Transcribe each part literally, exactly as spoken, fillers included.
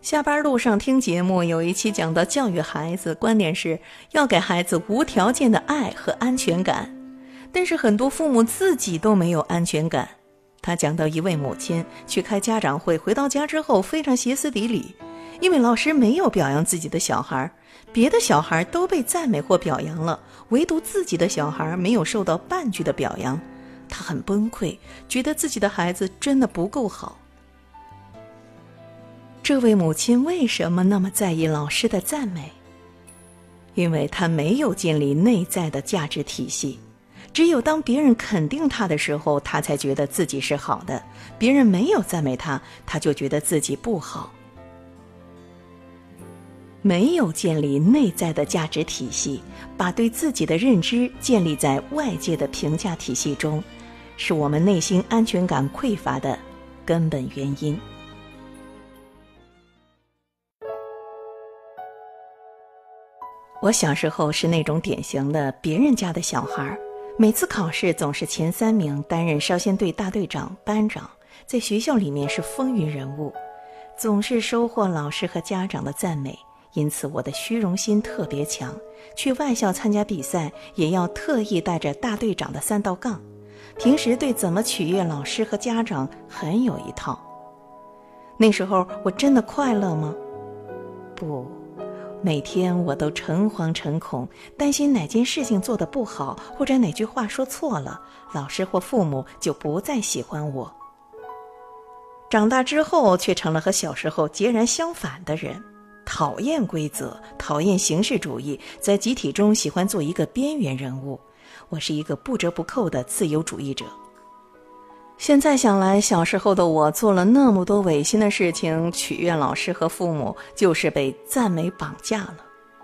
下班路上听节目，有一期讲到教育孩子，观点是要给孩子无条件的爱和安全感。但是很多父母自己都没有安全感。他讲到一位母亲去开家长会，回到家之后非常歇斯底里，因为老师没有表扬自己的小孩，别的小孩都被赞美或表扬了，唯独自己的小孩没有受到半句的表扬。他很崩溃，觉得自己的孩子真的不够好。这位母亲为什么那么在意老师的赞美？因为她没有建立内在的价值体系，只有当别人肯定她的时候，她才觉得自己是好的，别人没有赞美她，她就觉得自己不好。没有建立内在的价值体系，把对自己的认知建立在外界的评价体系中，是我们内心安全感匮乏的根本原因。我小时候是那种典型的别人家的小孩，每次考试总是前三名，担任少先队大队长、班长，在学校里面是风云人物，总是收获老师和家长的赞美，因此我的虚荣心特别强，去外校参加比赛也要特意带着大队长的三道杠，平时对怎么取悦老师和家长很有一套。那时候我真的快乐吗？不，每天我都诚惶诚恐，担心哪件事情做得不好，或者哪句话说错了，老师或父母就不再喜欢我。长大之后却成了和小时候截然相反的人，讨厌规则，讨厌形式主义，在集体中喜欢做一个边缘人物。我是一个不折不扣的自由主义者。现在想来，小时候的我做了那么多违心的事情，取悦老师和父母，就是被赞美绑架了。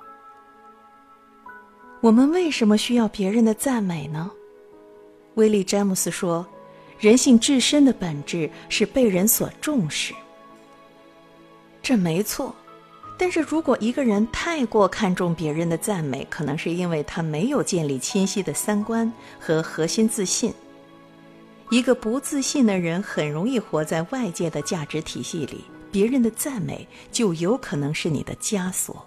我们为什么需要别人的赞美呢？威利·詹姆斯说，人性至深的本质是被人所重视。这没错，但是如果一个人太过看重别人的赞美，可能是因为他没有建立清晰的三观和核心自信。一个不自信的人很容易活在外界的价值体系里，别人的赞美就有可能是你的枷锁。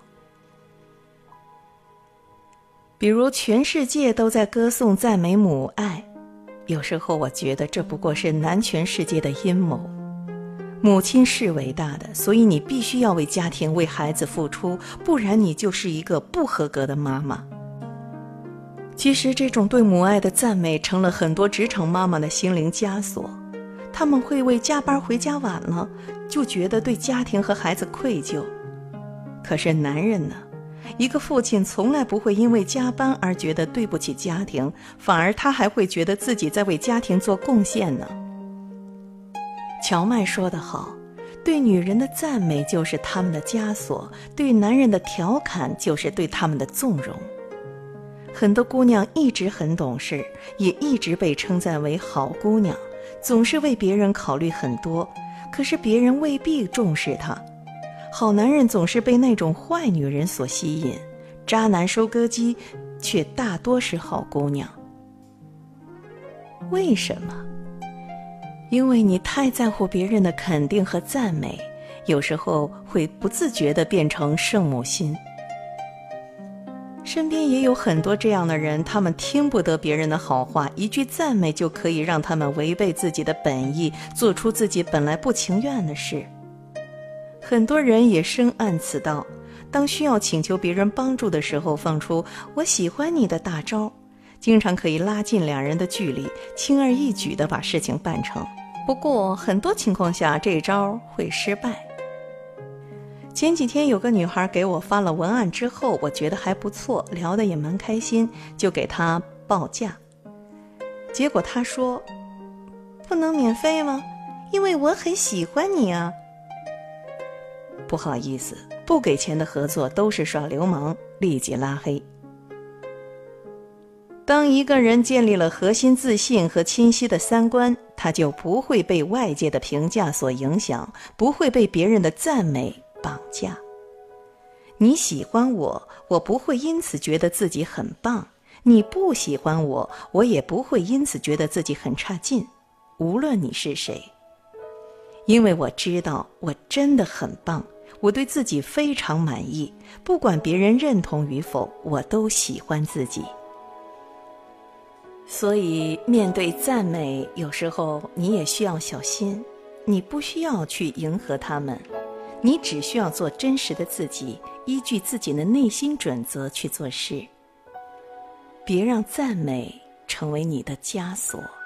比如全世界都在歌颂赞美母爱，有时候我觉得这不过是男权世界的阴谋。母亲是伟大的，所以你必须要为家庭、为孩子付出，不然你就是一个不合格的妈妈。其实这种对母爱的赞美成了很多职场妈妈的心灵枷锁，他们会为加班回家晚了就觉得对家庭和孩子愧疚。可是男人呢？一个父亲从来不会因为加班而觉得对不起家庭，反而他还会觉得自己在为家庭做贡献呢。乔麦说得好，对女人的赞美就是他们的枷锁，对男人的调侃就是对他们的纵容。很多姑娘一直很懂事，也一直被称赞为好姑娘，总是为别人考虑很多，可是别人未必重视她。好男人总是被那种坏女人所吸引，渣男收割机却大多是好姑娘。为什么？因为你太在乎别人的肯定和赞美，有时候会不自觉地变成圣母心。身边也有很多这样的人，他们听不得别人的好话，一句赞美就可以让他们违背自己的本意，做出自己本来不情愿的事。很多人也深谙此道，当需要请求别人帮助的时候，放出我喜欢你的大招，经常可以拉近两人的距离，轻而易举地把事情办成。不过很多情况下这招会失败。前几天有个女孩给我发了文案之后，我觉得还不错，聊得也蛮开心，就给她报价。结果她说，不能免费吗？因为我很喜欢你啊。不好意思，不给钱的合作都是耍流氓，立即拉黑。当一个人建立了核心自信和清晰的三观，他就不会被外界的评价所影响，不会被别人的赞美绑架。你喜欢我，我不会因此觉得自己很棒；你不喜欢我，我也不会因此觉得自己很差劲，无论你是谁。因为我知道我真的很棒， 我对自己非常满意，不管别人认同与否，我都喜欢自己。所以面对赞美，有时候你也需要小心，你不需要去迎合他们，你只需要做真实的自己，依据自己的内心准则去做事。别让赞美成为你的枷锁。